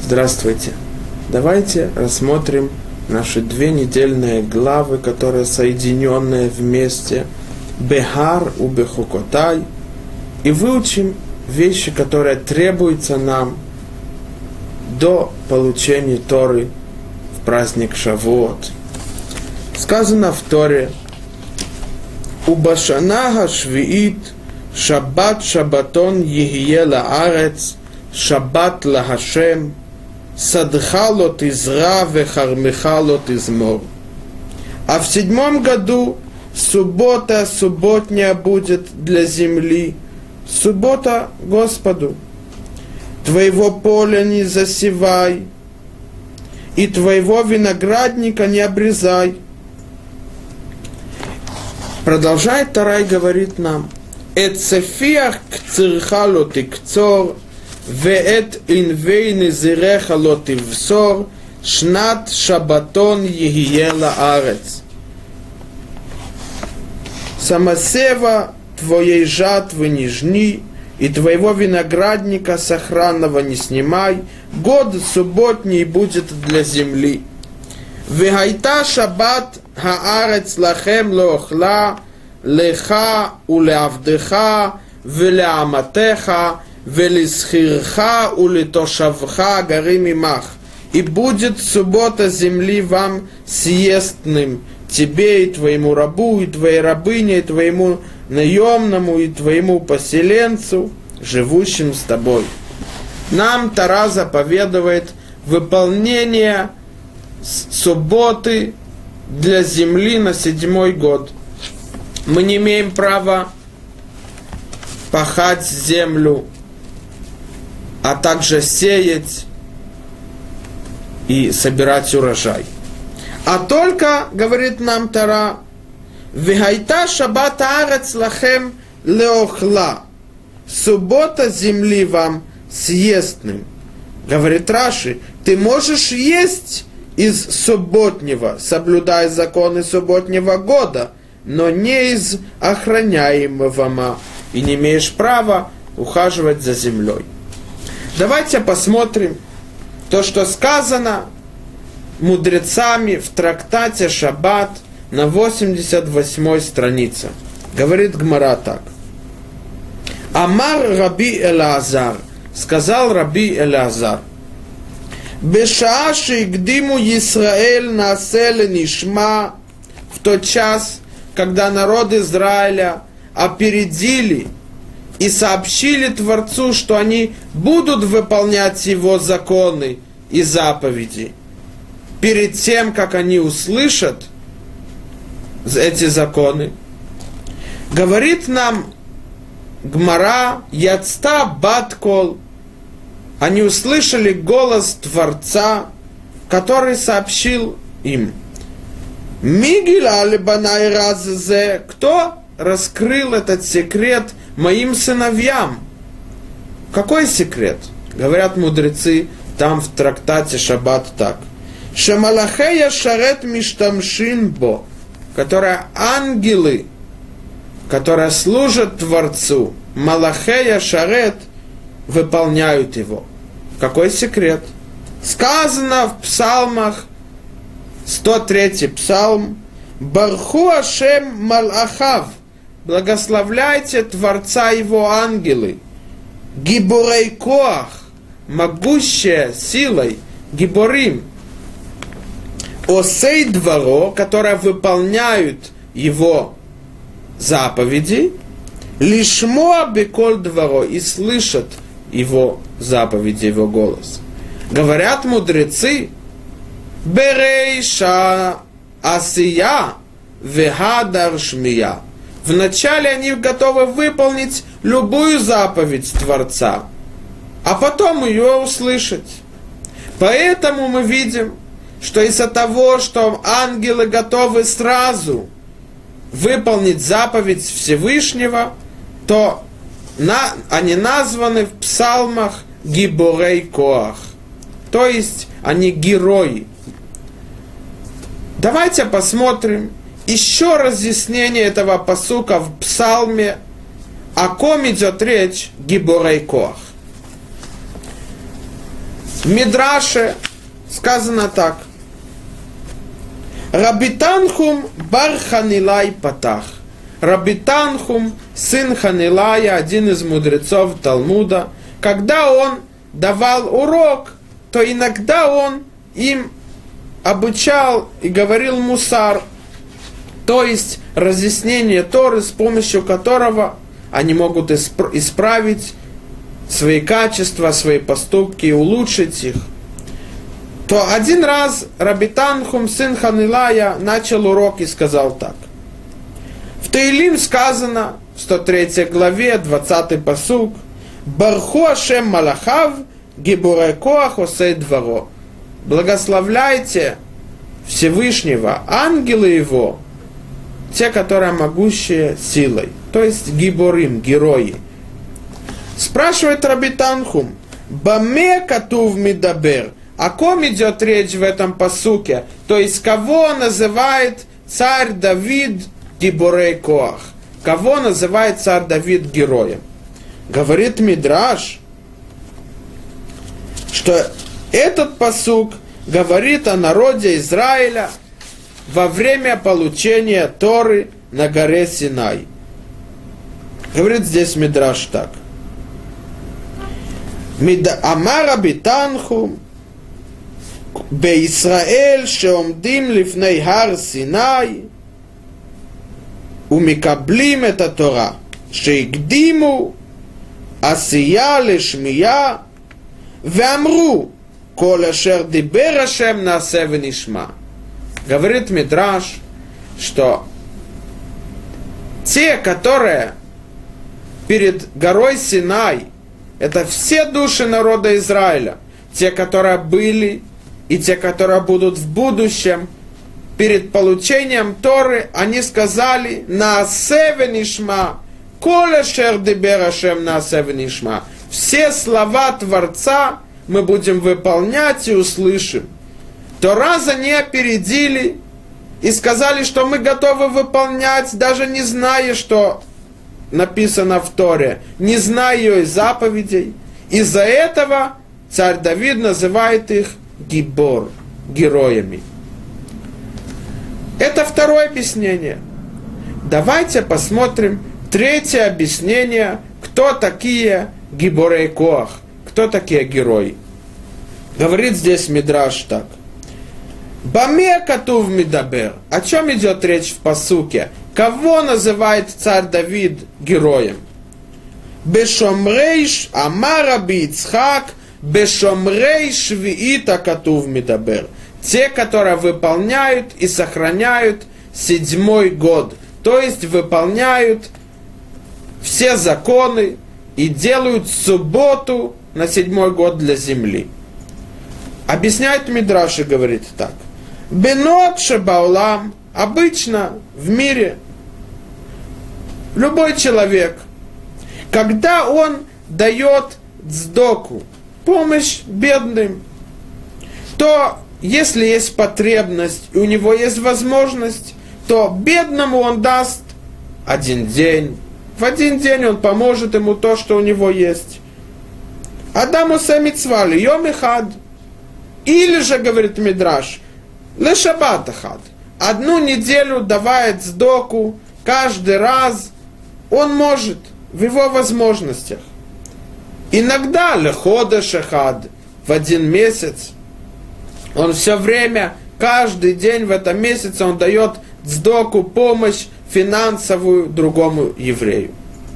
Здравствуйте. Давайте рассмотрим наши 2 недельные главы, которые соединенные вместе. Бехар у Бехукотай. И выучим вещи, которые требуются нам до получения Торы в праздник Шавуот. Сказано в Торе: Убашана хашвиит шаббат шаббатон ехие лаарец шаббат лахашем садха ло тизра вехармеха ло тизмор. А в 7 году суббота субботняя будет для земли, суббота Господу. Твоего поля не засевай, и твоего виноградника не обрезай. Продолжает Тора и говорит нам: «Эт сефиах кцирха ло тикцор, веэт инвей незиреха ло тивсор, шнат шабатон ехие лаарец». Самосева твоей жатвы не жни, и твоего виноградника сохранного не снимай, год субботний будет для земли. Вегайта шаббат хаарец лахем лоохла, леха улеавдеха, велеаматеха, велисхирха улетошавха гарим имах. И будет суббота земли вам съестным, тебе и твоему рабу, и твоей рабыне, и твоему наемному, и твоему поселенцу, живущим с тобой. Нам Тора заповедует выполнение субботы для земли на 7 год. Мы не имеем права пахать землю, а также сеять и собирать урожай. А только, говорит нам Тора, «Вегайта шаббат арец лахем леохла». Суббота земли вам съестным. Говорит Раши, ты можешь есть из субботнего, соблюдая законы субботнего года, но не из охраняемого, и не имеешь права ухаживать за землей. Давайте посмотрим то, что сказано мудрецами в трактате Шаббат на 88 странице. Говорит Гмара так: Амар Раби Элаазар, сказал Раби Элаазар, Бешаа шеигдиму Йисраэль наасе нишма, в тот час, когда народ Израиля опередили и сообщили Творцу, что они будут выполнять его законы и заповеди, перед тем, как они услышат эти законы, говорит нам Гмара: Яцта бат кол, они услышали голос Творца, который сообщил им: Мигиля лебанай раззе, кто раскрыл этот секрет моим сыновьям? Какой секрет? Говорят мудрецы там в трактате Шаббат так: Шамалахея шарет миштамшин бо, которые ангелы, которые служат Творцу, Малахея шарет, выполняют его. Какой секрет? Сказано в псалмах, 103-й псалм: Барху Ашем Малахав, благословляйте Творца его ангелы, Гиборей Коах, могущая силой, Гиборим, Осей Дворо, которые выполняют его заповеди, Лишмоа Беколь Дворо, и слышат его заповеди, его голос. Говорят мудрецы: Берейша Асия Вегадар Шмия. Вначале они готовы выполнить любую заповедь Творца, а потом ее услышать. Поэтому мы видим, что из-за того, что ангелы готовы сразу выполнить заповедь Всевышнего, то они названы в псалмах Гиборей Коах, то есть они герои. Давайте посмотрим еще разъяснение этого пасука в псалме, о ком идет речь Гиборей Коах. В Мидраше сказано так. Раби Танхум бар Ханилай Патах. Раби Танхум, сын Ханилая, один из мудрецов Талмуда, когда он давал урок, то иногда он им обучал и говорил мусар, то есть разъяснение Торы, с помощью которого они могут исправить свои качества, свои поступки и улучшить их. То один раз Раби Танхум, сын Ханилая, начал урок и сказал так. В Таилим сказано, в 103 главе, 20 пасук, «Барху Ашем Малахав, гибурей коах осей дворо». Благословляйте Всевышнего, ангелы его, те, которые могущие силой, то есть гиборим, герои. Спрашивает Раби Танхум, «Баме катув мидабер». О ком идет речь в этом пасуке? То есть, кого называет царь Давид гиборей коах? Кого называет царь Давид героем? Говорит Мидраш, что этот пасук говорит о народе Израиля во время получения Торы на горе Синай. Говорит здесь Мидраш так. Амар Раби Танхум בישראל שעומדים לפני הר סיני ומקבלים את התורה שהקדימו עשייה לשמייה ואמרו כל אשר דיבר השם נעשה ונשמע. Говорит Мидраш, что те, которые перед горой Синай, это все души народа Израиля, те, которые были и те, которые будут в будущем, перед получением Торы, они сказали «Наасе венишма», «Коле шер дибер Ашем наасе венишма». Все слова Творца мы будем выполнять и услышим. Тора за ней опередили и сказали, что мы готовы выполнять, даже не зная, что написано в Торе, не зная ее заповедей. Из-за этого царь Давид называет их гибор, героями. Это второе объяснение. Давайте посмотрим третье объяснение, кто такие гиборей коах, кто такие герои. Говорит здесь Мидраш так. Баме катув мидабер. О чем идет речь в пасуке? Кого называет царь Давид героем? Бешомрейш амар Раби Ицхак бешомрей швиита катув мидабер. Те, которые выполняют и сохраняют 7-й год. То есть выполняют все законы и делают субботу на 7-й год для земли. Объясняет Мидраш и говорит так. Бенот шебаулам. Обычно в мире любой человек, когда он дает цдоку, помощь бедным, то если есть потребность и у него есть возможность, то бедному он даст 1 день. В 1 день он поможет ему то, что у него есть. Адаму самицвали, йом эхад. Или же, говорит Мидраш, ле шаббат эхад. 1 неделю давает цдоку, каждый раз он может в его возможностях. Иногда ле ходеш эхад, в 1 месяц. Он все время, каждый день в этом месяце он дает цдоку, помощь финансовую другому еврею.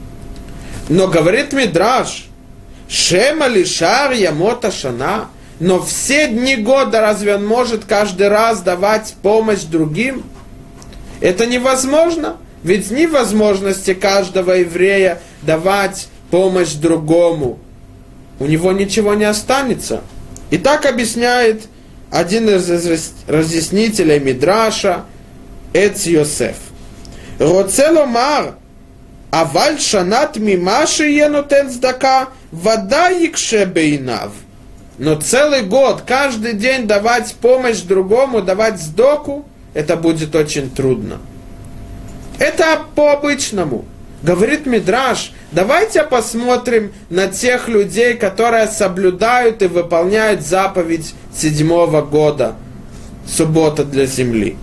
Но говорит Мидраш, шема лишар ямота шана, но все дни года разве он может каждый раз давать помощь другим? Это невозможно, ведь ни возможности каждого еврея давать помощь другому. У него ничего не останется. И так объясняет один из разъяснителей Мидраша, Эц Йосеф. Роцеломар, аваль шанат мимаши енотен цдака, вода якше бейнав. Но целый год, каждый день давать помощь другому, давать цдоку, это будет очень трудно. Это по-обычному. Говорит Мидраш, давайте посмотрим на тех людей, которые соблюдают и выполняют заповедь 7-го года, суббота для земли.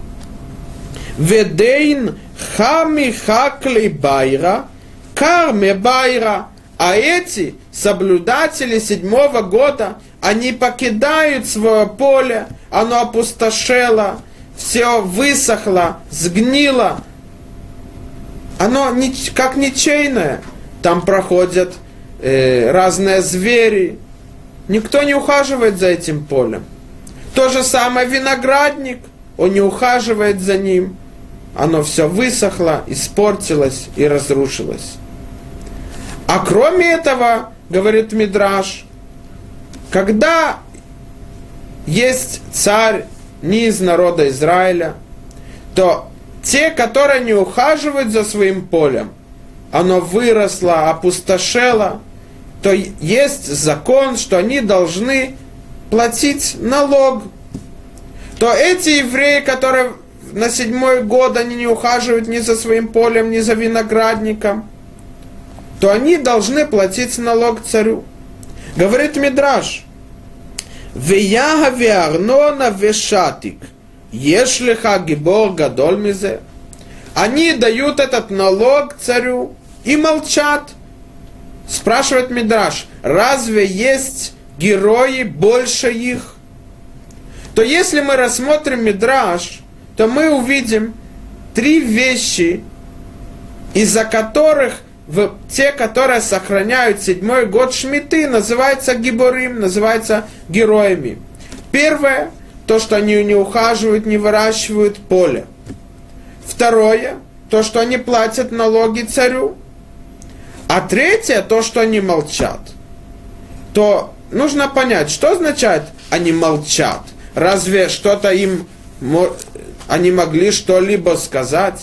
Ведейн хами хакли байра, карме байра. А эти соблюдатели 7-го года, они покидают свое поле, оно опустошело, все высохло, сгнило. Оно как ничейное. Там проходят разные звери. Никто не ухаживает за этим полем. То же самое виноградник. Он не ухаживает за ним. Оно все высохло, испортилось и разрушилось. А кроме этого, говорит Мидраш, когда есть царь не из народа Израиля, то те, которые не ухаживают за своим полем, оно выросло, опустошело, то есть закон, что они должны платить налог. То эти евреи, которые на 7-й год они не ухаживают ни за своим полем, ни за виноградником, то они должны платить налог царю. Говорит Мидраш, «Веяга веарнона вешатик». Ешлиха гибор гадоль мизе. Они дают этот налог царю и молчат. Спрашивает Мидраш, разве есть герои больше их? То если мы рассмотрим Мидраш, то мы увидим 3 вещи, из-за которых те, которые сохраняют 7-й год Шмиты, называются гиборим, называются героями. Первое, то, что они не ухаживают, не выращивают поле. Второе, то, что они платят налоги царю. А третье, то, что они молчат. То нужно понять, что означает они молчат. Разве что-то им, они могли что-либо сказать?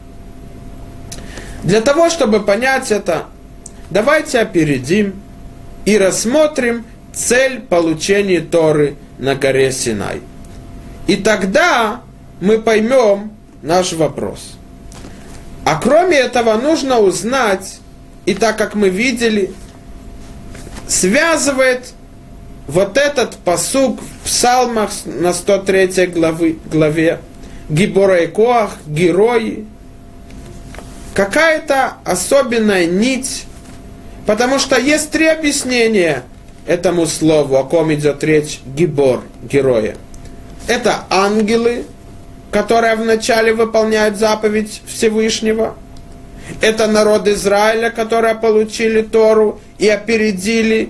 Для того, чтобы понять это, давайте опередим и рассмотрим цель получения Торы на горе Синай. И тогда мы поймем наш вопрос. А кроме этого нужно узнать, и так как мы видели, связывает вот этот пасук в Псалмах на 103 главе Гиборей Коах, герои, какая-то особенная нить, потому что есть 3 объяснения этому слову, о ком идет речь, гибор, героя. Это ангелы, которые вначале выполняют заповедь Всевышнего. Это народ Израиля, которые получили Тору и опередили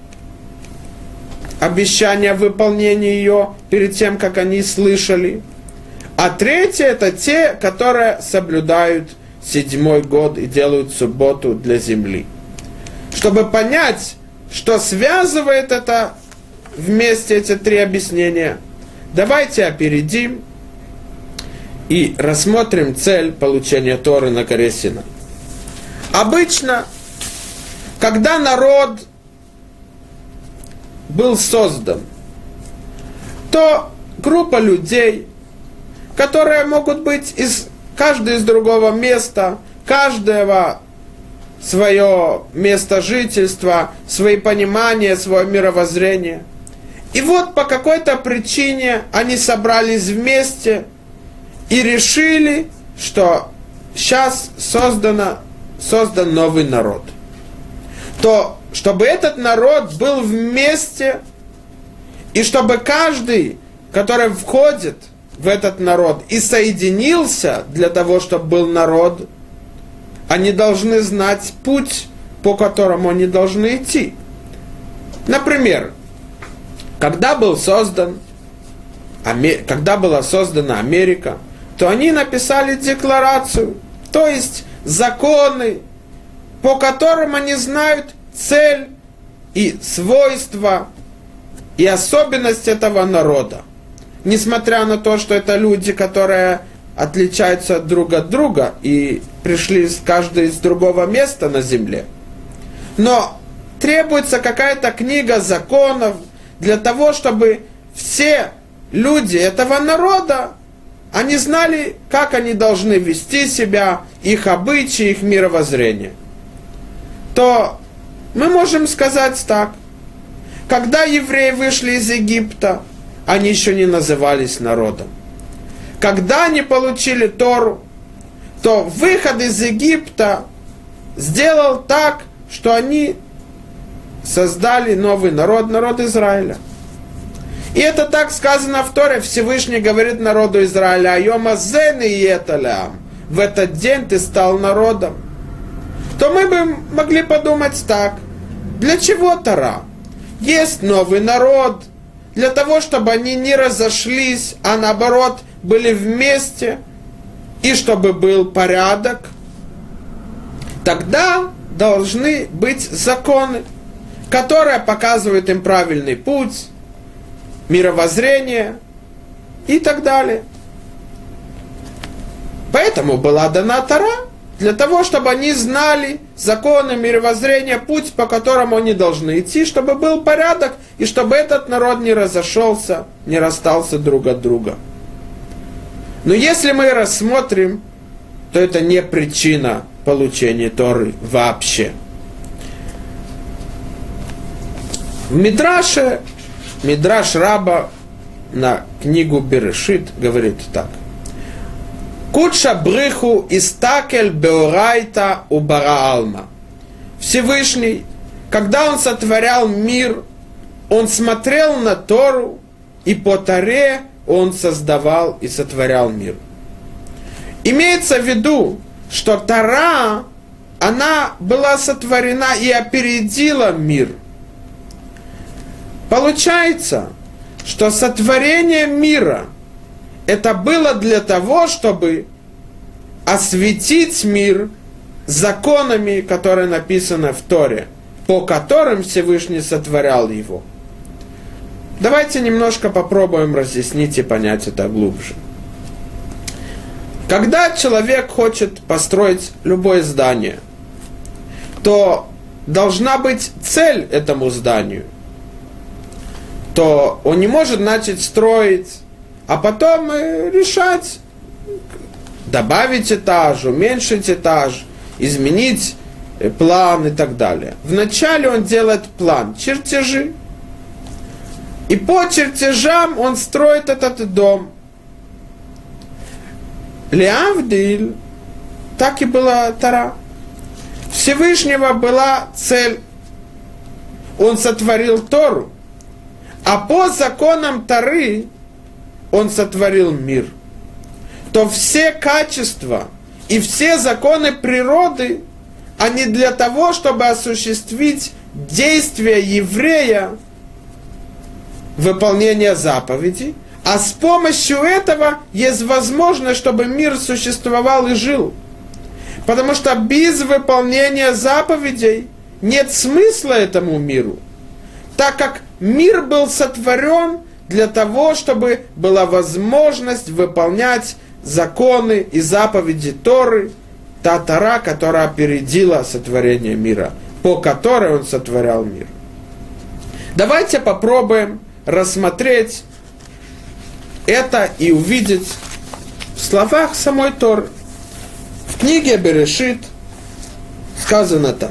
обещание выполнения ее перед тем, как они слышали. А третье, это те, которые соблюдают 7-й год и делают субботу для земли. Чтобы понять, что связывает это вместе, эти 3 объяснения, давайте опередим и рассмотрим цель получения Торы на горе Синай. Обычно, когда народ был создан, то группа людей, которые могут быть каждый из другого места, каждого свое место жительства, свои понимания, свое мировоззрение. И вот по какой-то причине они собрались вместе и решили, что сейчас создан новый народ. То, чтобы этот народ был вместе, и чтобы каждый, который входит в этот народ и соединился для того, чтобы был народ, они должны знать путь, по которому они должны идти. Например, когда была создана Америка, то они написали декларацию, то есть законы, по которым они знают цель и свойства и особенность этого народа. Несмотря на то, что это люди, которые отличаются друг от друга и пришли каждый из другого места на земле. Но требуется какая-то книга законов для того, чтобы все люди этого народа, они знали, как они должны вести себя, их обычаи, их мировоззрение. То мы можем сказать так. Когда евреи вышли из Египта, они еще не назывались народом. Когда они получили Тору, то выход из Египта сделал так, что они создали новый народ, народ Израиля. И это так сказано в Торе. Всевышний говорит народу Израиля: «Айома зен иета леам». В этот день ты стал народом. То мы бы могли подумать так. Для чего Тора? Есть новый народ. Для того, чтобы они не разошлись, а наоборот были вместе. И чтобы был порядок. Тогда должны быть законы, которые показывают им правильный путь, мировоззрение и так далее. Поэтому была дана Тора, для того, чтобы они знали законы, мировоззрение, путь, по которому они должны идти, чтобы был порядок, и чтобы этот народ не разошелся, не расстался друг от друга. Но если мы рассмотрим, то это не причина получения Торы вообще. В Мидраше, Мидраш Раба на книгу Берешит говорит так. Кудша бриху истакель беорайта убара алма. Всевышний, когда он сотворял мир, он смотрел на Тору, и по Торе он создавал и сотворял мир. Имеется в виду, что Тора, она была сотворена и опередила мир. Получается, что сотворение мира это было для того, чтобы осветить мир законами, которые написаны в Торе, по которым Всевышний сотворял его. Давайте немножко попробуем разъяснить и понять это глубже. Когда человек хочет построить любое здание, то должна быть цель этому зданию. То он не может начать строить, а потом решать, добавить этаж, уменьшить этаж, изменить план и так далее. Вначале он делает план, чертежи. И по чертежам он строит этот дом. Леавдиль, так и была Тора. Всевышнего была цель. Он сотворил Тору. А по законам Торы он сотворил мир. То все качества и все законы природы, они для того, чтобы осуществить действия еврея, выполнение заповедей, а с помощью этого есть возможность, чтобы мир существовал и жил. Потому что без выполнения заповедей нет смысла этому миру, так как мир был сотворен для того, чтобы была возможность выполнять законы и заповеди Торы, та Тора, которая опередила сотворение мира, по которой он сотворял мир. Давайте попробуем рассмотреть это и увидеть в словах самой Торы. В книге Берешит сказано так.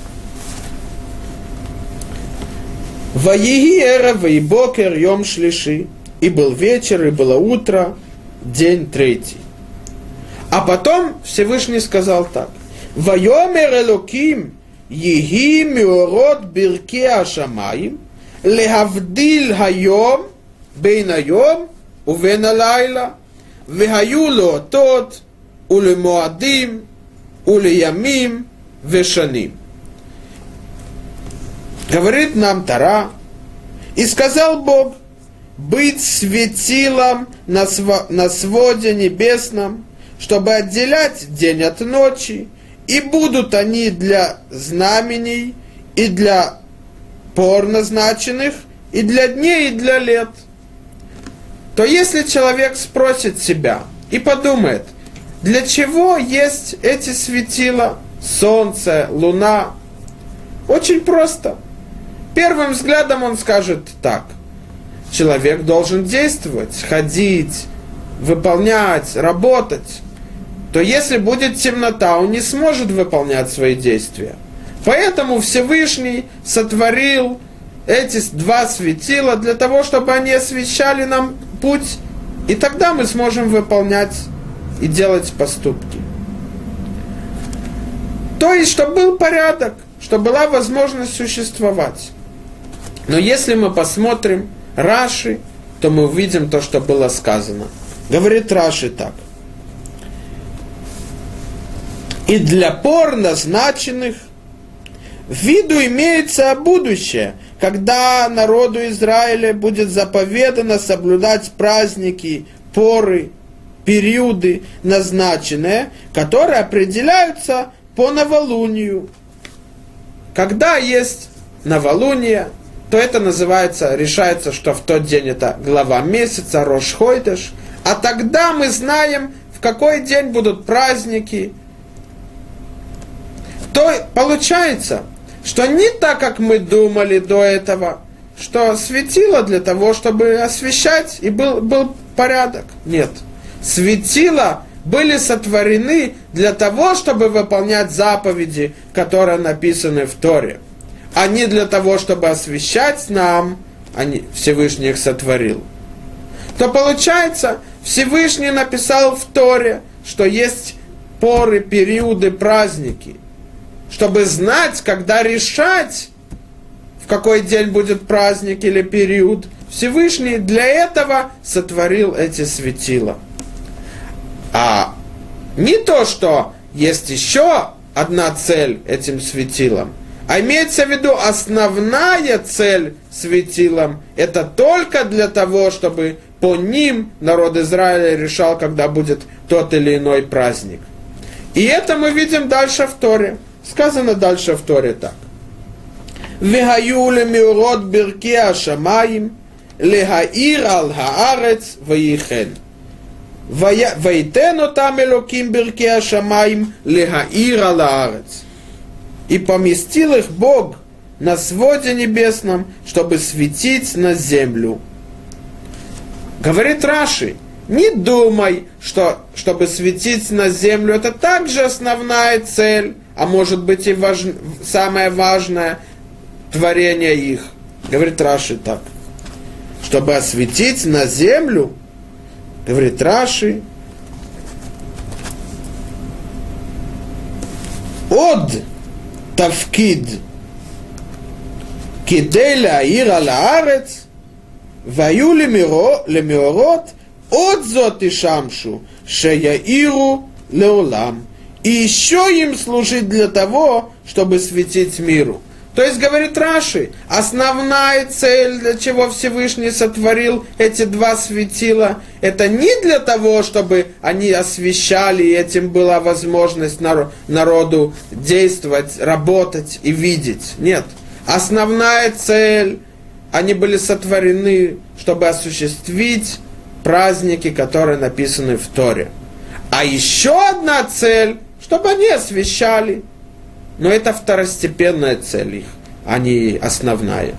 «Ваеги эрев ваибокер йом шлиши». И был вечер, и было утро, день третий. А потом Всевышний сказал так. «Вайомер элоким еги меорот бирке ашамаим лехавдил хайом бейн хайом ובן הלילה, והיו לאותות ולמועדים ולימים ושנים. Говорит нам Тора, и сказал Бог, быть светилом на своде небесном, чтобы отделять день от ночи, и будут они для знамений, и для пор назначенных, и для дней, и для лет. То если человек спросит себя и подумает, для чего есть эти светила, солнце, луна, очень просто. Первым взглядом он скажет так. Человек должен действовать, ходить, выполнять, работать, то если будет темнота, он не сможет выполнять свои действия. Поэтому Всевышний сотворил эти два светила для того, чтобы они освещали нам путь, и тогда мы сможем выполнять и делать поступки. То есть, чтобы был порядок, чтобы была возможность существовать. Но если мы посмотрим Раши, то мы увидим то, что было сказано. Говорит Раши так. И для пор назначенных в виду имеется будущее, когда народу Израиля будет заповедано соблюдать праздники, поры, периоды назначенные, которые определяются по новолунию. Когда есть новолуние, то это называется, решается, что в тот день это глава месяца, Рош Хойдеш, а тогда мы знаем, в какой день будут праздники. То получается, что не так, как мы думали до этого, что светило для того, чтобы освещать, и был порядок. Нет. Светила были сотворены для того, чтобы выполнять заповеди, которые написаны в Торе, а не для того, чтобы освещать нам, Всевышний их сотворил. То получается, Всевышний написал в Торе, что есть поры, периоды, праздники, чтобы знать, когда решать, в какой день будет праздник или период. Всевышний для этого сотворил эти светила. А не то, что есть еще одна цель этим светилам, а имеется в виду основная цель светилам, это только для того, чтобы по ним народ Израиля решал, когда будет тот или иной праздник. И это мы видим дальше в Торе. Сказано дальше в Торе так. «Вехаю лемеорот бирки ашамаим, лехаир ал хаарец ваихен. Вайтен отам элоким бирки ашамаим, лехаир ал хаарец». И поместил их Бог на своде небесном, чтобы светить на землю. Говорит Раши, не думай, что чтобы светить на землю, это также основная цель, а может быть и самое важное творение их. Говорит Раши так. Чтобы осветить на землю, говорит Раши, од тавкид כדי להאיר על הארץ, והיו למאורות עוד זאת ישמשו, שיאירו לעולם. И еще им служить для того, чтобы светить миру. То есть, говорит Раши, основная цель, для чего Всевышний сотворил эти два светила, это не для того, чтобы они освещали, и этим была возможность народу действовать, работать и видеть. Нет. Основная цель, они были сотворены, чтобы осуществить праздники, которые написаны в Торе. А еще одна цель, чтобы они освещали. Но это второстепенная цель их, а не основная.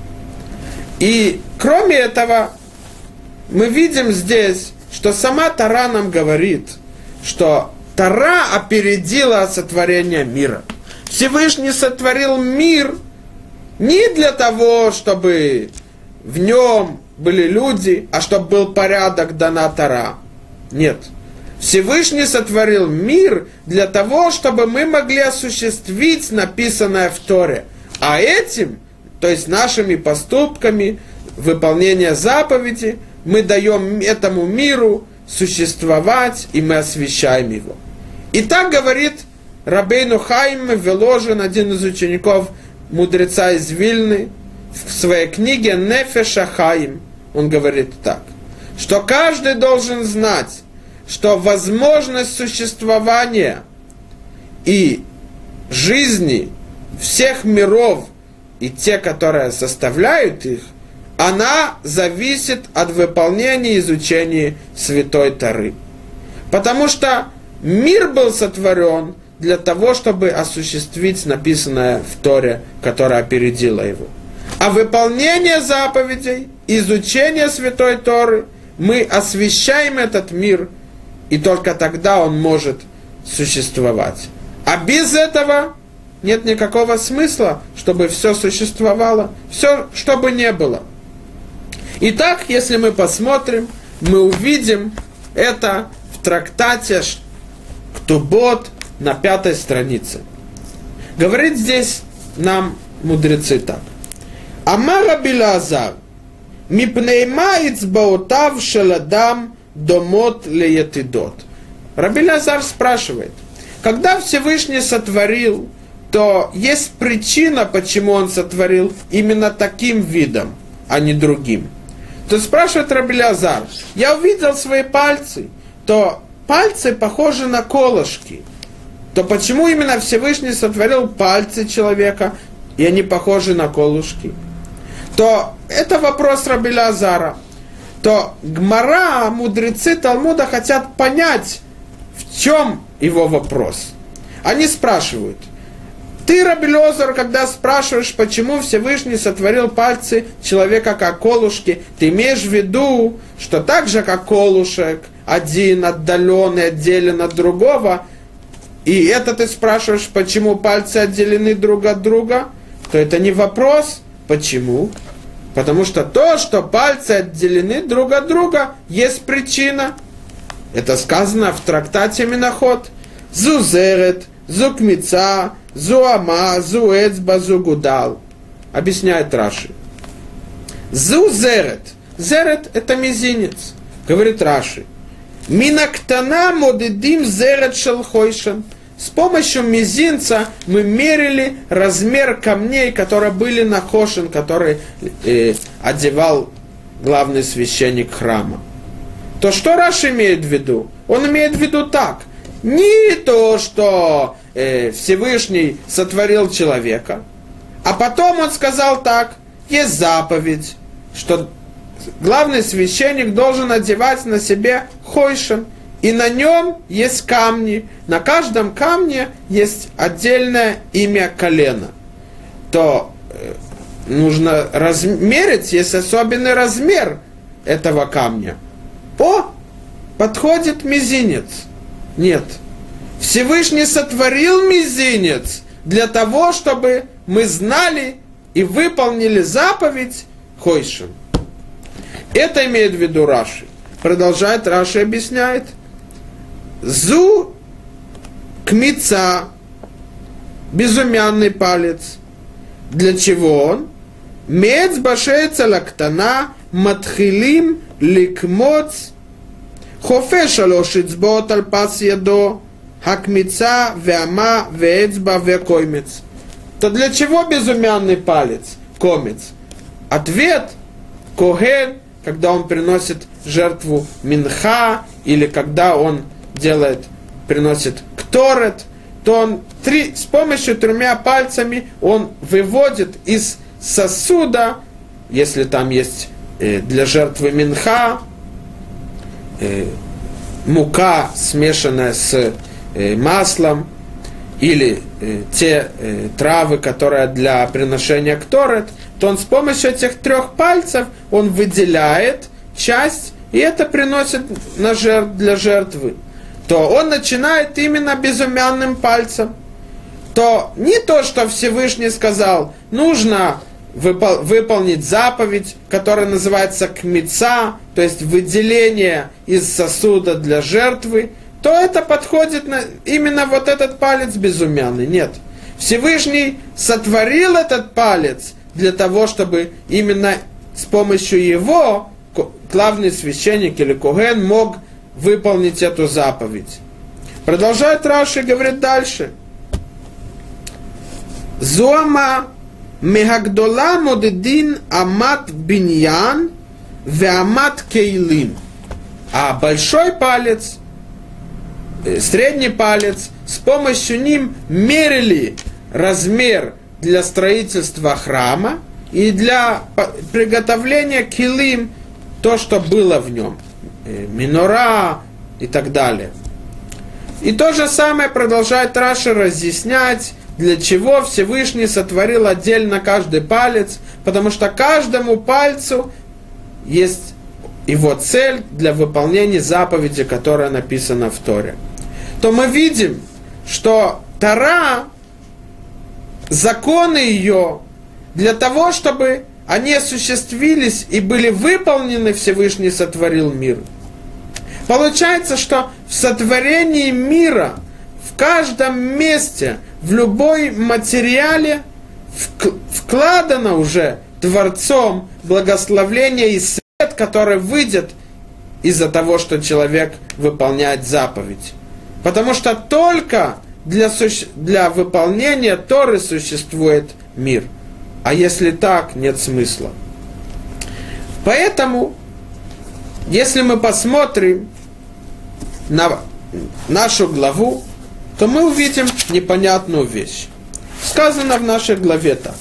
И кроме этого, мы видим здесь, что сама Тора нам говорит, что Тора опередила сотворение мира. Всевышний сотворил мир не для того, чтобы в нем были люди, а чтобы был порядок, дана Тора. Нет. Всевышний сотворил мир для того, чтобы мы могли осуществить написанное в Торе. А этим, то есть нашими поступками, выполнение заповеди, мы даем этому миру существовать, и мы освещаем его. И так говорит Рабейну Хаим Воложен, один из учеников мудреца из Вильны, в своей книге «Нефеш Хаим». Он говорит так, что каждый должен знать, что возможность существования и жизни всех миров и те, которые составляют их, она зависит от выполнения и изучения Святой Торы. Потому что мир был сотворен для того, чтобы осуществить написанное в Торе, которое опередило его. А выполнение заповедей, изучение Святой Торы, мы освещаем этот мир, и только тогда он может существовать. А без этого нет никакого смысла, чтобы все существовало, все, чтобы не было. Итак, если мы посмотрим, мы увидим это в трактате Ктубот на 5 странице. Говорит здесь нам мудрецы так. Амар Раби Лаазар, мипнейма ицбаотав шеладам домот леятидот. Раби Лаазар спрашивает, когда Всевышний сотворил, то есть причина, почему он сотворил именно таким видом, а не другим. То спрашивает Раби Лаазар, я увидел свои пальцы, то пальцы похожи на колышки. То почему именно Всевышний сотворил пальцы человека, и они похожи на колышки? То это вопрос Раби Лаазара. То Гмара, мудрецы Талмуда хотят понять, в чем его вопрос. Они спрашивают, ты, Раби Лаазар, когда спрашиваешь, почему Всевышний сотворил пальцы человека как колышки, ты имеешь в виду, что так же, как колышек, один отдаленный, отделен от другого, и это ты спрашиваешь, почему пальцы отделены друг от друга, то это не вопрос. Почему? Потому что то, что пальцы отделены друг от друга, есть причина. Это сказано в трактате Миноход. Зузерет, зукмица, зуама, зуэцба, зугудал. Объясняет Раши. Зузерет. Зерет – это мизинец. Говорит Раши. Минактана модедим зерет шелхойшен. С помощью мизинца мы мерили размер камней, которые были на хошен, который одевал главный священник храма. То что Раши имеет в виду? Он имеет в виду так. Не то, что Всевышний сотворил человека, а потом он сказал так. Есть заповедь, что главный священник должен одевать на себе хойшен, и на нем есть камни. На каждом камне есть отдельное имя колена. То нужно размерить, есть особенный размер этого камня. Подходит мизинец. Нет. Всевышний сотворил мизинец для того, чтобы мы знали и выполнили заповедь хойшен. Это имеет в виду Раши. Продолжает Раши, объясняет. Зу кмица, безымянный палец. Для чего он? Мец башеца лактана матхилим ликмоц хофе шалош эцбот аль пас ядо хакмица веама веэцба векоймец. То для чего безымянный палец? Комец. Ответ. Коген, когда он приносит жертву минха, или когда он приносит кторет, то он с помощью 3 пальцами он выводит из сосуда, если там есть для жертвы минха, мука, смешанная с маслом, или те травы, которые для приношения кторет, то он с помощью этих 3 пальцев он выделяет часть, и это приносит для жертвы. То он начинает именно безымянным пальцем. То не то, что Всевышний сказал, нужно выполнить заповедь, которая называется кмица, то есть выделение из сосуда для жертвы, то это подходит именно вот этот палец безымянный. Нет. Всевышний сотворил этот палец для того, чтобы именно с помощью его главный священник или коген мог выполнить эту заповедь. Продолжает Раши и говорит дальше. Зоама мегагдола модедин амат биньян ве амат кейлим. А большой палец, средний палец, с помощью ним мерили размер для строительства храма и для приготовления килим, то, что было в нем. Минора и так далее. И то же самое продолжает Раши разъяснять, для чего Всевышний сотворил отдельно каждый палец, потому что каждому пальцу есть его цель для выполнения заповеди, которая написана в Торе, то мы видим, что Тора, законы ее, для того, чтобы они осуществились и были выполнены, Всевышний сотворил мир. Получается, что в сотворении мира, в каждом месте, в любой материале вкладано уже Творцом благословение и свет, который выйдет из-за того, что человек выполняет заповедь. Потому что только для выполнения Торы существует мир. А если так, нет смысла. Поэтому, если мы посмотрим на нашу главу, то мы увидим непонятную вещь. Сказано в нашей главе так.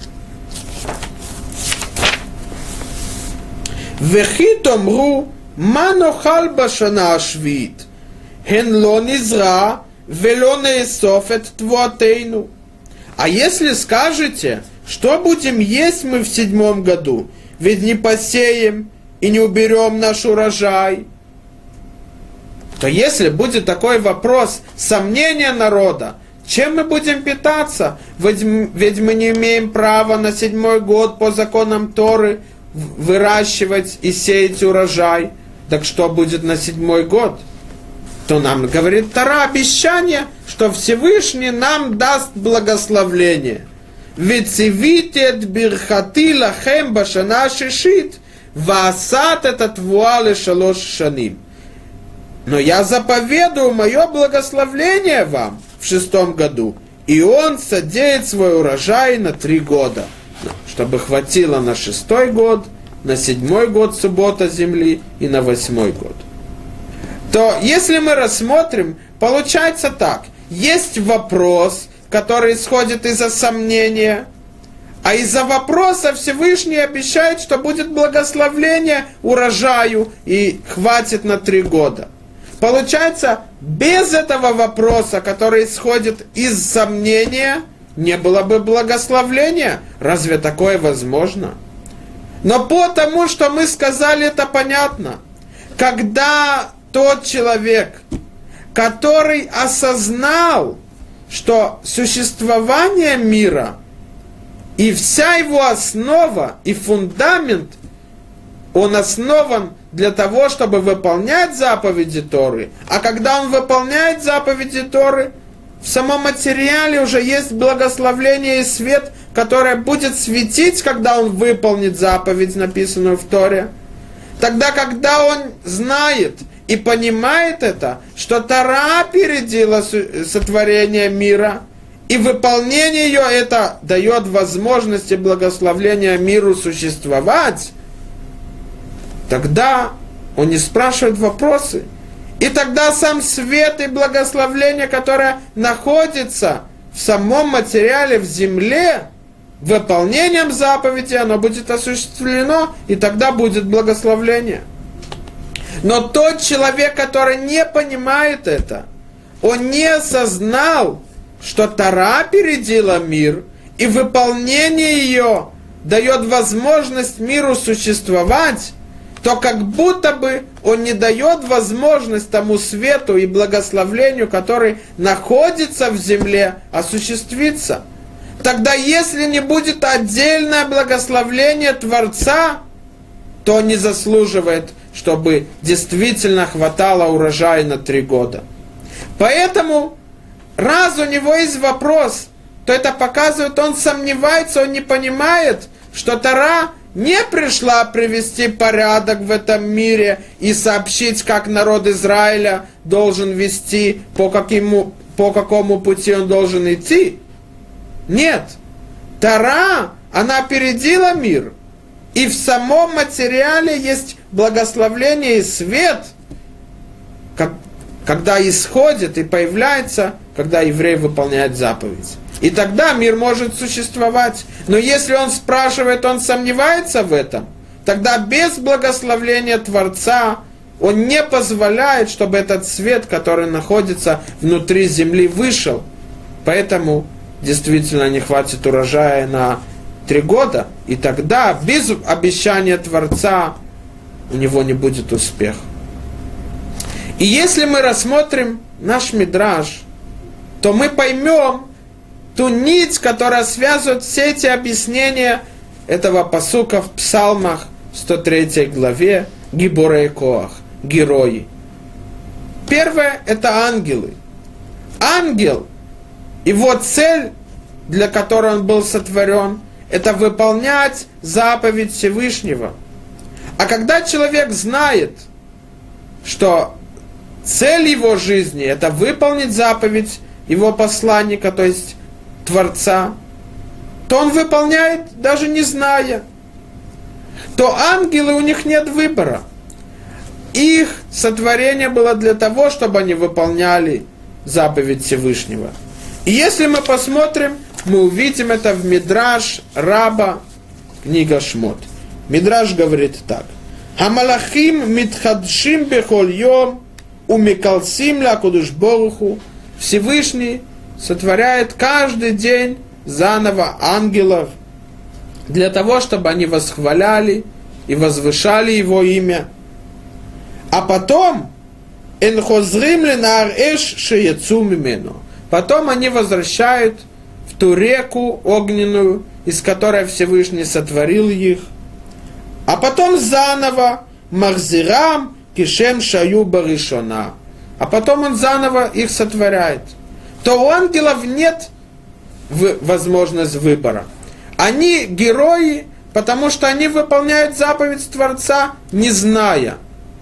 Вехи томру ма нохал башана ашвиит, хен ло низра вело неэсоф эт твуатейну. А если скажете, что будем есть мы в 7 году, ведь не посеем и не уберем наш урожай, то если будет такой вопрос, сомнения народа, чем мы будем питаться? Ведь мы не имеем права на 7 год по законам Торы выращивать и сеять урожай. Так что будет на 7 год? То нам говорит Тора обещание, что Всевышний нам даст благословление. Ведь цивитет бирхати лахем башана шишит, ваасат этот вуале шалош шаним. Но я заповедую мое благословление вам в 6 году, и он садеет свой урожай на 3 года, чтобы хватило на 6 год, на 7 год суббота земли и на 8 год. То если мы рассмотрим, получается так. Есть вопрос, который исходит из-за сомнения, а из-за вопроса Всевышний обещает, что будет благословление урожаю и хватит на 3 года. Получается, без этого вопроса, который исходит из сомнения, не было бы благословления. Разве такое возможно? Но потому, что мы сказали, это понятно. Когда тот человек, который осознал, что существование мира и вся его основа и фундамент, он основан для того, чтобы выполнять заповеди Торы. А когда он выполняет заповеди Торы, в самом материале уже есть благословление и свет, которое будет светить, когда он выполнит заповедь, написанную в Торе. Тогда, когда он знает и понимает это, что Тора опередила сотворение мира, и выполнение ее это дает возможность и благословление миру существовать, тогда он не спрашивает вопросы. И тогда сам свет и благословление, которое находится в самом материале, в земле, выполнением заповеди, оно будет осуществлено, и тогда будет благословление. Но тот человек, который не понимает это, он не осознал, что Тора опередила мир, и выполнение ее дает возможность миру существовать, то как будто бы он не дает возможность тому свету и благословлению, который находится в земле, осуществиться. Тогда если не будет отдельное благословление Творца, то он не заслуживает, чтобы действительно хватало урожая на 3 года. Поэтому, раз у него есть вопрос, то это показывает, он сомневается, он не понимает, что Тора не пришла привести порядок в этом мире и сообщить, как народ Израиля должен вести, по какому пути он должен идти. Нет. Тора, она опередила мир. И в самом материале есть благословление и свет, когда исходит и появляется, когда еврей выполняет заповедь. И тогда мир может существовать. Но если он спрашивает, он сомневается в этом, тогда без благословения Творца он не позволяет, чтобы этот свет, который находится внутри земли, вышел. Поэтому действительно не хватит урожая на 3 года. И тогда без обещания Творца у него не будет успеха. И если мы рассмотрим наш мидраш, то мы поймем ту нить, которая связывает все эти объяснения этого пасука в Псалмах 103 главе Гиборей Коах, герои. Первое – это ангелы. Ангел, его цель, для которой он был сотворен, это выполнять заповедь Всевышнего. А когда человек знает, что цель его жизни – это выполнить заповедь его посланника, то есть Творца, то он выполняет, даже не зная. То ангелы, у них нет выбора. Их сотворение было для того, чтобы они выполняли заповедь Всевышнего. И если мы посмотрим, мы увидим это в Мидраш Раба, книга Шмот. Мидраш говорит так. Хамалахим митхадшим бехоль йом умикалсим ля кудуш боруху. Всевышний сотворяет каждый день заново ангелов для того, чтобы они восхваляли и возвышали его имя. А потом энхозрим ленаар эш шеяцу мимену. Потом они возвращают в ту реку огненную, из которой Всевышний сотворил их. А потом заново махзирам кишем шаю баришона. А потом он заново их сотворяет. То у ангелов нет возможности выбора. Они герои, потому что они выполняют заповедь Творца, не зная.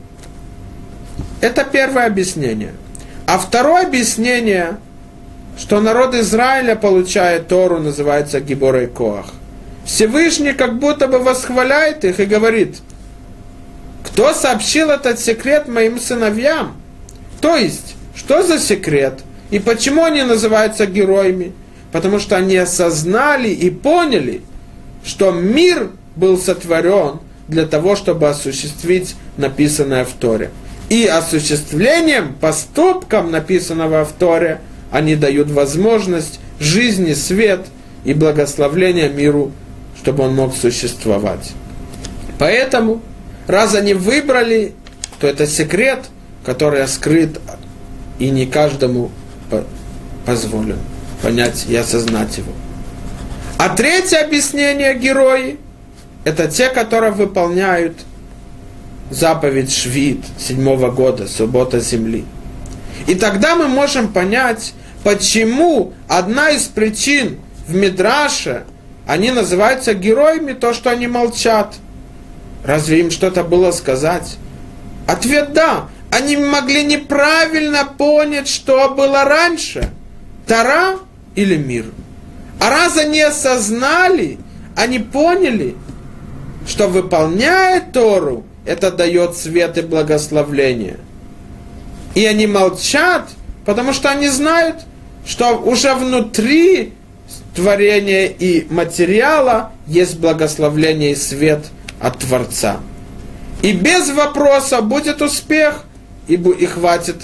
Это первое объяснение. А второе объяснение, что народ Израиля получает Тору, называется Гиборей Коах. Всевышний как будто бы восхваляет их и говорит: кто сообщил этот секрет моим сыновьям? То есть, что за секрет? И почему они называются героями? Потому что они осознали и поняли, что мир был сотворен для того, чтобы осуществить написанное в Торе. И осуществлением, поступком, написанного в Торе, они дают возможность жизни, свет и благословления миру, чтобы он мог существовать. Поэтому, раз они выбрали, то это секрет, который скрыт и не каждому позволен понять и осознать его. А третье объяснение герои – это те, которые выполняют заповедь Швид 7-го года, суббота земли. И тогда мы можем понять, почему одна из причин в Мидраше они называются героями, то, что они молчат. Разве им что-то было сказать? Ответ – да. Они могли неправильно понять, что было раньше. Тора или мир. А раз они осознали, они поняли, что выполняя Тору, это дает свет и благословление. И они молчат, потому что они знают, что уже внутри творения и материала есть благословление и свет от Творца. И без вопроса будет успех, и хватит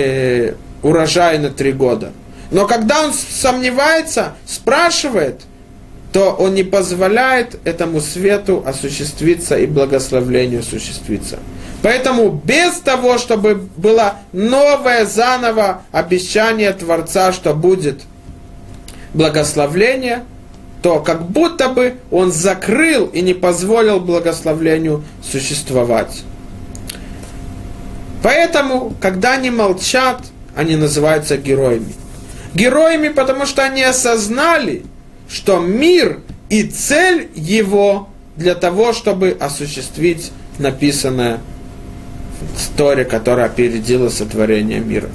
урожая на 3 года. Но когда он сомневается, спрашивает, то он не позволяет этому свету осуществиться и благословлению осуществиться. Поэтому без того, чтобы было новое заново обещание Творца, что будет благословление, то как будто бы он закрыл и не позволил благословлению существовать. Поэтому, когда они молчат, они называются героями. Героями, потому что они осознали, что мир и цель его для того, чтобы осуществить написанное в Торе, которая опередила сотворение мира.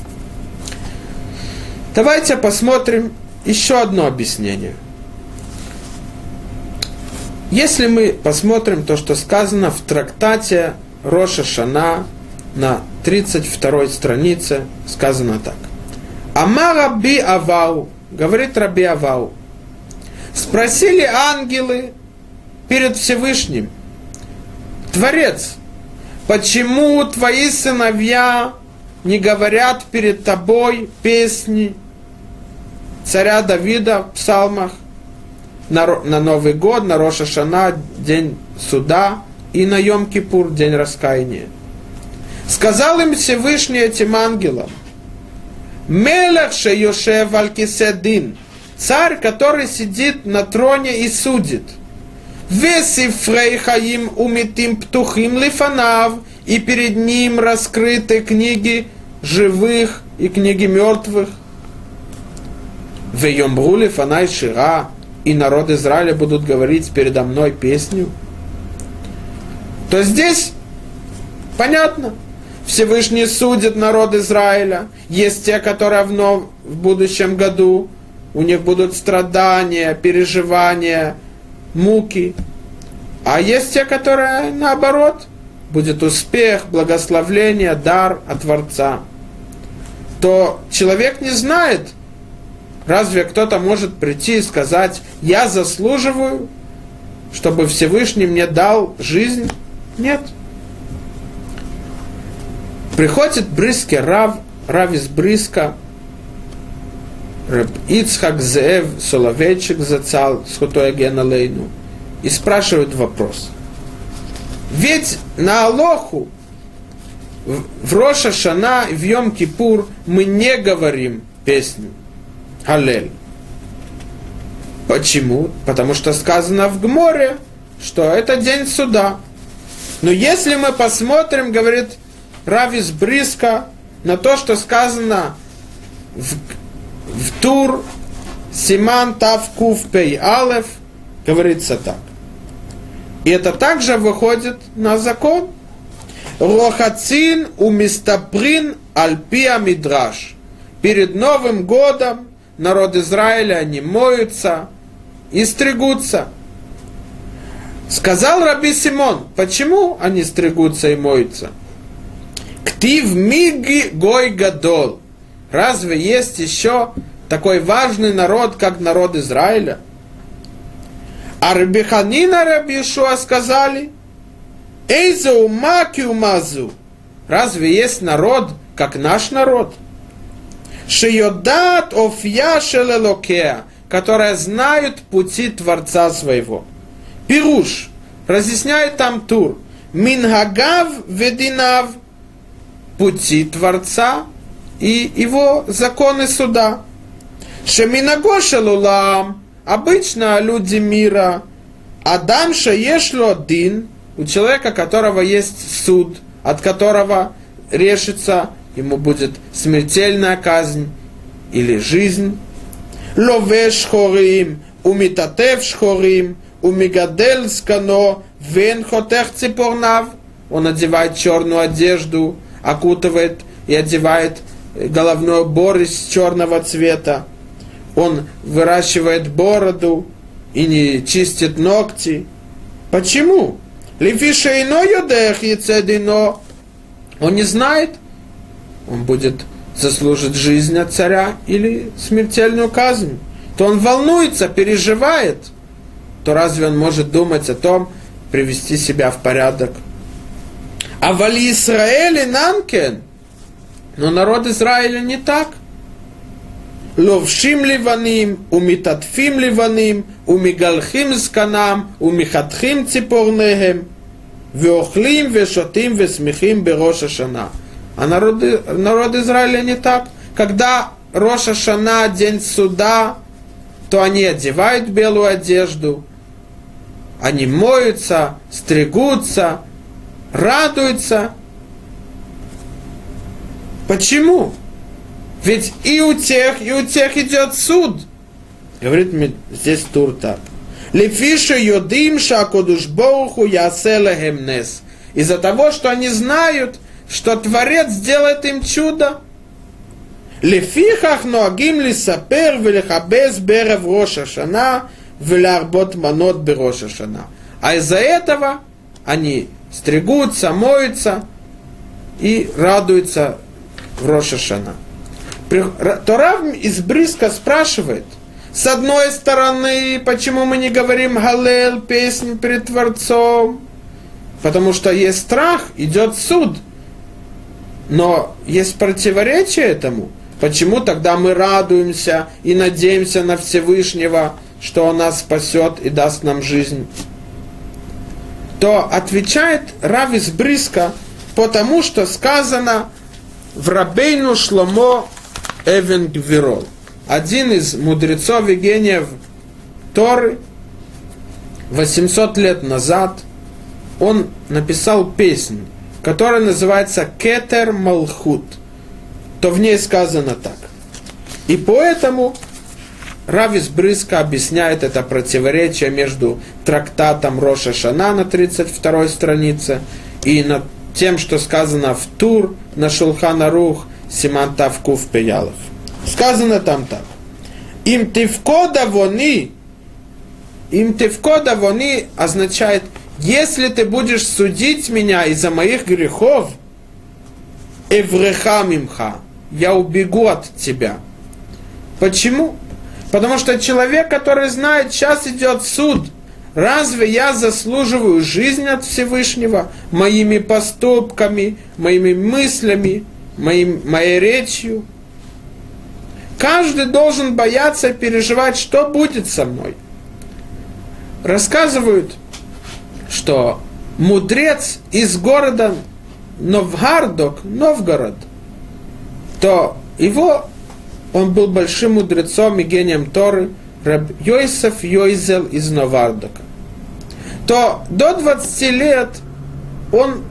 Давайте посмотрим еще одно объяснение. Если мы посмотрим то, что сказано в трактате Рош ха-Шана на 32 странице, сказано так. Ама Раби Авау, говорит Раби Авау, спросили ангелы перед Всевышним: Творец, почему твои сыновья не говорят перед тобой песни царя Давида в псалмах на Новый год, на Рош ха-Шана, день суда, и на Йом-Кипур, день раскаяния. Сказал им Всевышний этим ангелам: Мелех шейошев аль кисе дин, царь, который сидит на троне и судит. Весифрей хаим умитим птухим лифанав, и перед ним раскрыты книги живых и книги мертвых. Вейомбру лифанай шира, и народ Израиля будут говорить передо мной песню. То здесь понятно. Всевышний судит народ Израиля. Есть те, которые в будущем году, у них будут страдания, переживания, муки. А есть те, которые наоборот, будет успех, благословление, дар от Творца. То человек не знает, разве кто-то может прийти и сказать: я заслуживаю, чтобы Всевышний мне дал жизнь? Нет. Приходит Бриске Рав из Бриска, Раб Ицхак Зеев Соловейчик зацал Схутой Ген Алейну, и спрашивает вопрос. Ведь на Алоху в Рош ха-Шана и в Йом-Кипур мы не говорим песню Халель. Почему? Потому что сказано в Гморе, что это день суда. Но если мы посмотрим, говорит Рав из Бриска, на то, что сказано в Тур Симан Тав Кув Пей Алеф, говорится так. И это также выходит на закон. Рохацин умистаприн альпия мидраш. Перед Новым годом народ Израиля, они моются и стригутся. Сказал Раби Симон, почему они стригутся и моются? Ктив миги гой гадол. Разве есть еще такой важный народ, как народ Израиля? А Раби Ханина, Раби Йешуа сказали: Эйзе ума ки умазу. Разве есть народ, как наш народ? Шейодат офья шелелокеа, которые знают пути Творца своего. Пируш, разъясняет там Тур. Минхагав вединав, пути Творца и его законы суда. Шеминаго шелулам, обычно люди мира. Адам шеешло дин, у человека, которого есть суд, от которого решится, ему будет смертельная казнь или жизнь. Ловеш хорим, умитатев шхорим, умигадель скано, вен хотех ципорнав. Он одевает черную одежду, окутывает и одевает головной убор из черного цвета. Он выращивает бороду и не чистит ногти. Почему? Лифишейно йодех яцедино. Он не знает, он будет заслужить жизнь от царя или смертельную казнь. То он волнуется, переживает. То разве он может думать о том, привести себя в порядок? А вали Исраэль нанкен. Но народ Израиля не так. Ловшим ливаним, умитатфим ливаним, умигалхим сканам, умихатхим ципорнехем, веохлим, вешотим, весмехим берош ха-Шана. А народ Израиля не так. Когда Рош ха-Шана, день суда, то они одевают белую одежду, они моются, стригутся, радуются. Почему? Ведь и у тех идет суд. Говорит мне здесь Тур так. Лефиша йодим шакодуш боуху яселехем нес. Из-за того, что они знают, что Творец сделает им чудо. Лефихах ноагим лисапер велехабез берев Рош ха-Шана велярбот манот берош ха-Шана. А из-за этого они стригутся, моются и радуются в Рош ха-Шана. То Рав из Бриска спрашивает, с одной стороны, почему мы не говорим Галел, песнь перед Творцом? Потому что есть страх, идет суд. Но есть противоречие этому. Почему тогда мы радуемся и надеемся на Всевышнего, что Он нас спасет и даст нам жизнь? то отвечает Рав из Бриска, потому что сказано в Рабейну Шломо Эвен Гвирол. Один из мудрецов и гениев Торы 800 лет назад он написал песню, которая называется «Кетер Малхут», то в ней сказано так. И поэтому Рав из Бриска объясняет это противоречие между трактатом Рош ха-Шана на 32 странице и над тем, что сказано в Тур на Шулхан Арух Симан Тав Кув Пеялов. Сказано там так. Им тивкода вони означает, если ты будешь судить меня из-за моих грехов, эвреха мимха, я убегу от тебя. Почему? Потому что человек, который знает, сейчас идет суд, разве я заслуживаю жизнь от Всевышнего моими поступками, моими мыслями, моей речью? Каждый должен бояться и переживать, что будет со мной. Рассказывают, что мудрец из города Новгород, то он был большим мудрецом и гением Торы, Раб Йосеф Йойзел из Новардока. То до 20 лет у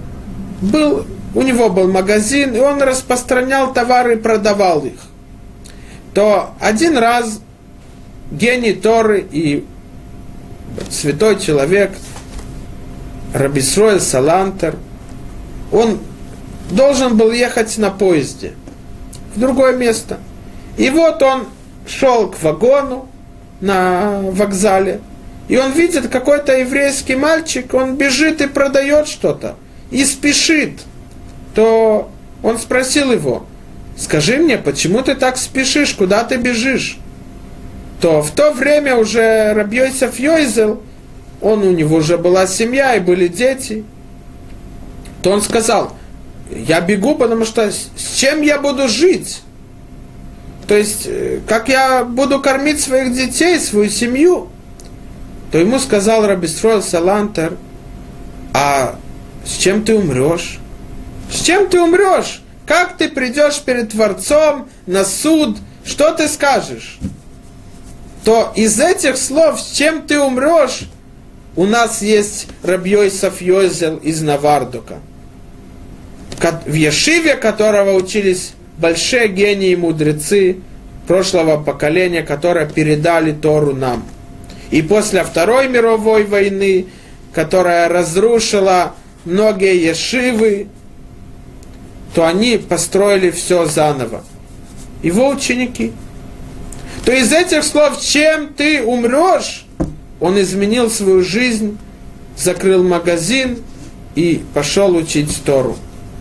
него был магазин, и он распространял товары и продавал их. То один раз гений Торы и святой человек Рабби Исроэль Салантер, он должен был ехать на поезде в другое место. И вот он шел к вагону на вокзале, и он видит какой-то еврейский мальчик, он бежит и продает что-то, и спешит. То он спросил его: скажи мне, почему ты так спешишь, куда ты бежишь? То в то время уже Рабби Йосеф Йойзел, у него уже была семья и были дети. То он сказал: я бегу, потому что с чем я буду жить? То есть, как я буду кормить своих детей, свою семью? То ему сказал Рабби Исроэль Салантер: а с чем ты умрешь? С чем ты умрешь? Как ты придешь перед Творцом на суд? Что ты скажешь? То из этих слов, с чем ты умрешь, у нас есть Рабби Йосеф Йойзел из Новардока, в Ешиве которого учились большие гении и мудрецы прошлого поколения, которые передали Тору нам. И после Второй мировой войны, которая разрушила многие ешивы, то они построили все заново. Его ученики. То из этих слов, чем ты умрешь, он изменил свою жизнь, закрыл магазин и пошел учить Тору.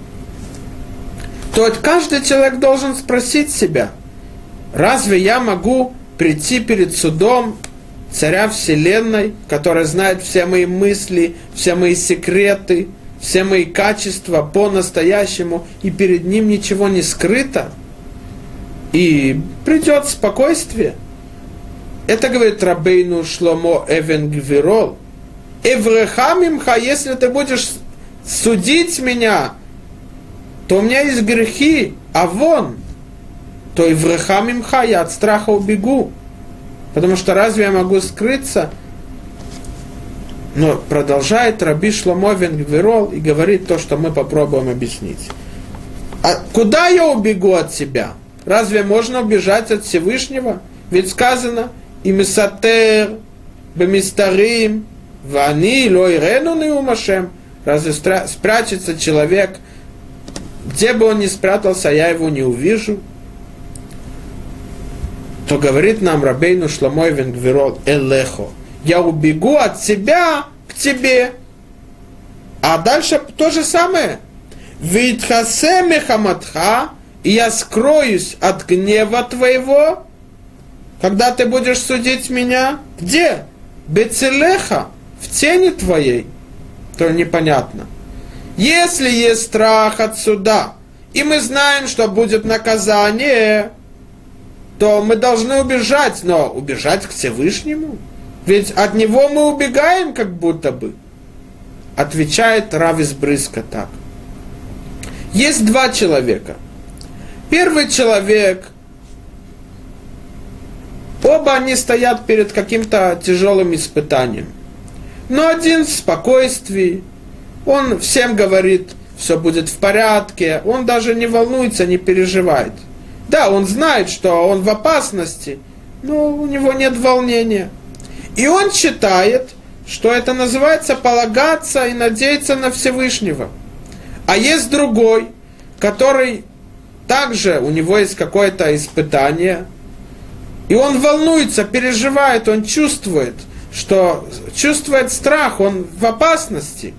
То каждый человек должен спросить себя: разве я могу прийти перед судом царя вселенной, который знает все мои мысли, все мои секреты, все мои качества по-настоящему, и перед ним ничего не скрыто? И придет спокойствие. Это говорит Рабейну Шломо Эвен Гвирол. Эвреха мимха, если ты будешь судить меня, то у меня есть грехи, а вон, то эвреха мимха, я от страха убегу. Потому что разве я могу скрыться? Но продолжает Рабби Шломо Эвен Гвирол и говорит то, что мы попробуем объяснить. А куда я убегу от себя? Разве можно убежать от Всевышнего? Ведь сказано: «Имисатер бемистарим вани ло ирену неум Ашем». Разве спрячется человек, где бы он ни спрятался, я его не увижу? То говорит нам Рабейну Шломо Эвен Гвирол: «Элехо». Я убегу от тебя к тебе. А дальше то же самое. «Витхасе мехаматха», и я скроюсь от гнева твоего, когда ты будешь судить меня. Где? Бецелеха, в тени твоей. То непонятно. Если есть страх от суда, и мы знаем, что будет наказание, то мы должны убежать. Но убежать к Всевышнему? Ведь от него мы убегаем как будто бы. отвечает Рав из Брыска так. Есть два человека. Первый человек, оба они стоят перед каким-то тяжелым испытанием. Но один в спокойствии, он всем говорит, все будет в порядке, он даже не волнуется, не переживает. Да, он знает, что он в опасности, но у него нет волнения. И он считает, что это называется полагаться и надеяться на Всевышнего. А есть другой, который также, у него есть какое-то испытание, и он волнуется, переживает, он чувствует, что чувствует страх, он в опасности,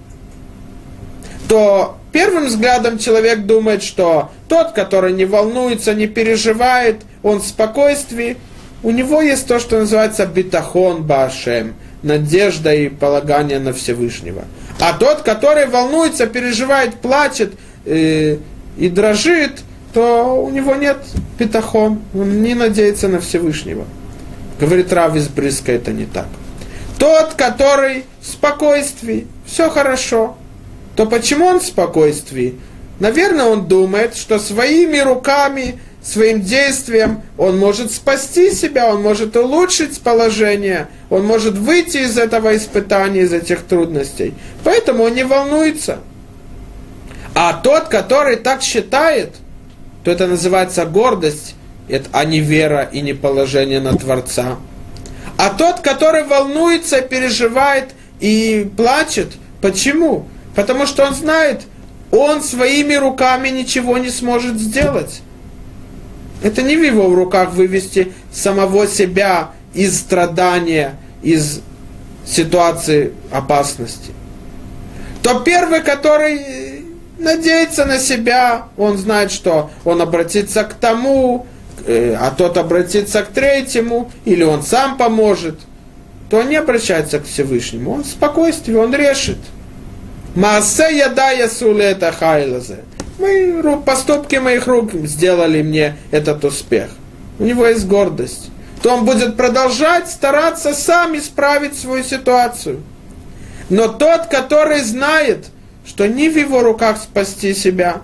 то первым взглядом человек думает, что тот, который не волнуется, не переживает, он в спокойствии, у него есть то, что называется битахон баашем, надежда и полагание на Всевышнего. А тот, который волнуется, переживает, плачет и дрожит, то у него нет битахон, он не надеется на Всевышнего. Говорит Рав из Брыска, это не так. Тот, который в спокойствии, все хорошо, то почему он в спокойствии? Наверное, он думает, что своими руками, своим действием он может спасти себя, он может улучшить положение, он может выйти из этого испытания, из этих трудностей. Поэтому он не волнуется. А тот, который так считает, то это называется гордость, а не вера и не положение на Творца. А тот, который волнуется, переживает и плачет, почему? Потому что он знает, он своими руками ничего не сможет сделать. Это не в его руках вывести самого себя из страдания, из ситуации опасности. То первый, который надеется на себя, он знает, что он обратится к тому, а тот обратится к третьему, или он сам поможет, то он не обращается к Всевышнему, он в спокойствии, он решит. Маасе яда ясуле это хайлазе. Поступки моих рук сделали мне этот успех. У него есть гордость. То он будет продолжать стараться сам исправить свою ситуацию. Но тот, который знает, что не в его руках спасти себя,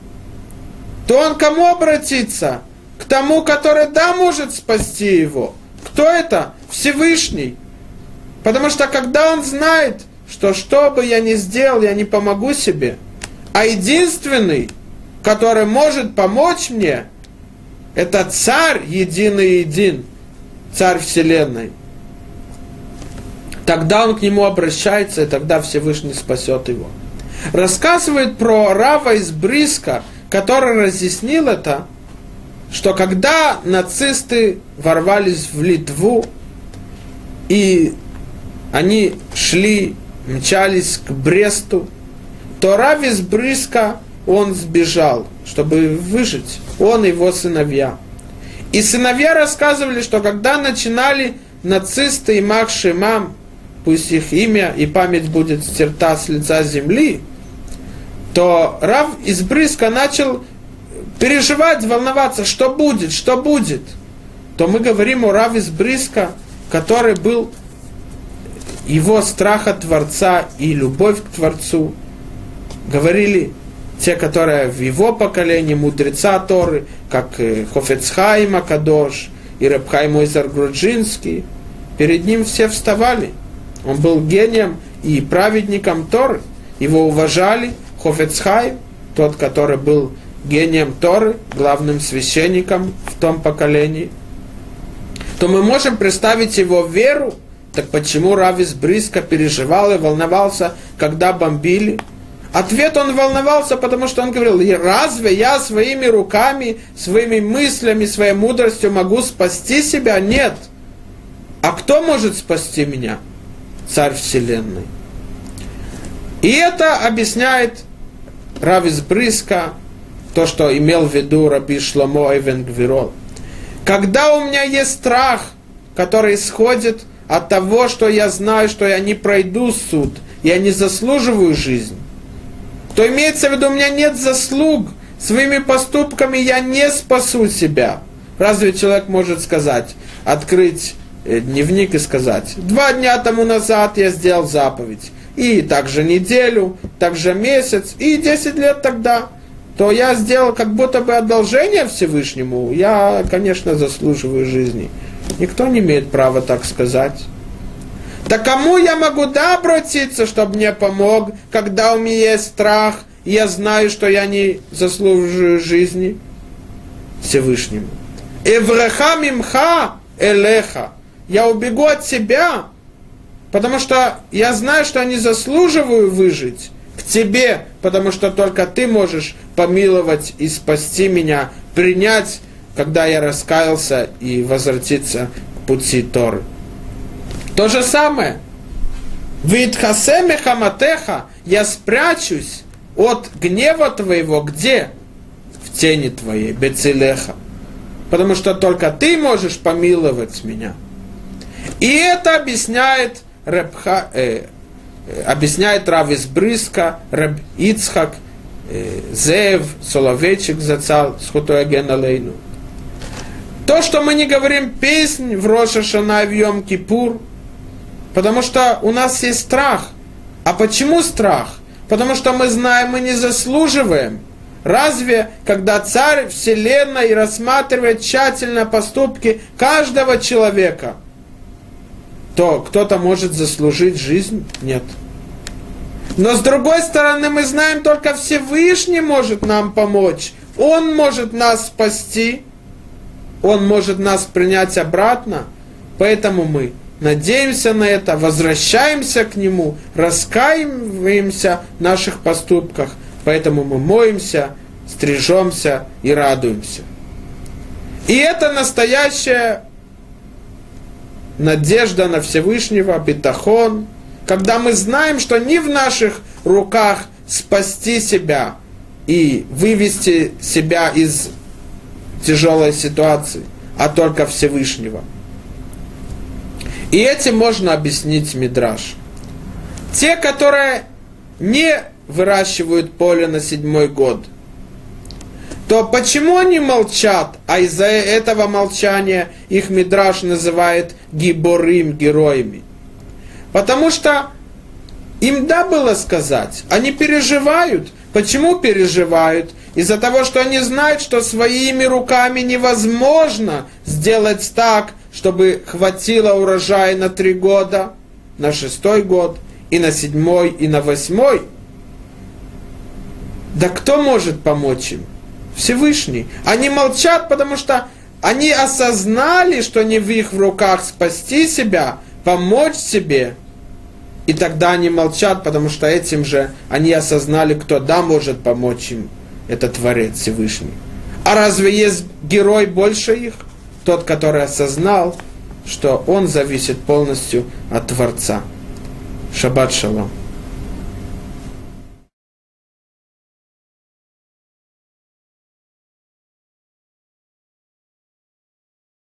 то он к кому обратится? К тому, который да может спасти его. Кто это? Всевышний. Потому что когда он знает, что бы я ни сделал, я не помогу себе, а единственный, который может помочь мне, это Царь единый един, Царь Вселенной. Тогда он к нему обращается, и тогда Всевышний спасет его. Рассказывает про Рава из Брыска, который разъяснил это, что когда нацисты ворвались в Литву, и они мчались к Бресту, то Рав из Брыска, он сбежал, чтобы выжить, он и его сыновья. И сыновья рассказывали, что когда начинали нацисты и Мах Шемам, пусть их имя и память будет стерта с лица земли, то Рав из Брыска начал переживать, волноваться, что будет. То мы говорим о Раве из Брыска, который был его страх от Творца и любовь к Творцу. Говорили те, которые в его поколении, мудреца Торы, как Хофец Хаим Акадош и Реб Хаим Ойзер Груджинский, перед ним все вставали. Он был гением и праведником Торы. Его уважали. Хофец Хаим, тот, который был гением Торы, главным священником в том поколении, то мы можем представить его веру. Так почему Рав из Брыска переживал и волновался, когда бомбили? Ответ: он волновался, потому что он говорил: разве я своими руками, своими мыслями, своей мудростью могу спасти себя? Нет. А кто может спасти меня? Царь Вселенной. И это объясняет Рав из Брыска, то, что имел в виду Раби Шломо Эвен Гвирол. Когда у меня есть страх, который исходит от того, что я знаю, что я не пройду суд, я не заслуживаю жизнь, то имеется в виду, у меня нет заслуг, своими поступками я не спасу себя. Разве человек может сказать, открыть дневник и сказать: 2 дня тому назад я сделал заповедь, и также неделю, также месяц, и 10 лет тогда, то я сделал как будто бы одолжение Всевышнему. Я, конечно, заслуживаю жизни. Никто не имеет права так сказать. Да кому я могу обратиться, чтобы мне помог, когда у меня есть страх, и я знаю, что я не заслуживаю жизни? Всевышнему. Эвреха мимха элеха. Я убегу от себя, потому что я знаю, что я не заслуживаю выжить. К тебе, потому что только ты можешь помиловать и спасти меня, принять, когда я раскаялся, и возвратиться к пути Торы. То же самое. Витхасеме хаматеха, я спрячусь от гнева твоего, где? В тени твоей, бецилеха. Потому что только ты можешь помиловать меня. И это объясняет Рав из Брыска, Раб Ицхак, Зеев, Соловейчик Зацал, Схутой Аген Алейну. То, что мы не говорим песнь в Рош ха-Шана и в Йом-Кипур, потому что у нас есть страх. А почему страх? Потому что мы знаем, мы не заслуживаем. Разве, когда царь вселенной рассматривает тщательно поступки каждого человека, то кто-то может заслужить жизнь? Нет. Но с другой стороны, мы знаем, только Всевышний может нам помочь. Он может нас спасти. Он может нас принять обратно. Поэтому мы надеемся на это, возвращаемся к Нему, раскаиваемся в наших поступках. Поэтому мы моемся, стрижемся и радуемся. И это настоящая надежда на Всевышнего, битахон, когда мы знаем, что не в наших руках спасти себя и вывести себя из тяжелой ситуации, а только Всевышнего. И этим можно объяснить Мидраш. Те, которые не выращивают поле на 7-й год, то почему они молчат, а из-за этого молчания их Мидраш называет гиборим, героями? Потому что им было сказать, они переживают. Почему переживают? Из-за того, что они знают, что своими руками невозможно сделать так, чтобы хватило урожая на 3 года, на 6-й год, и на 7-й, и на 8-й. Да кто может помочь им? Всевышний. Они молчат, потому что они осознали, что не в их руках спасти себя, помочь себе. И тогда они молчат, потому что этим же они осознали, кто может помочь им. Это Творец Всевышний. А разве есть герой больше их? Тот, который осознал, что он зависит полностью от Творца. Шаббат шалом.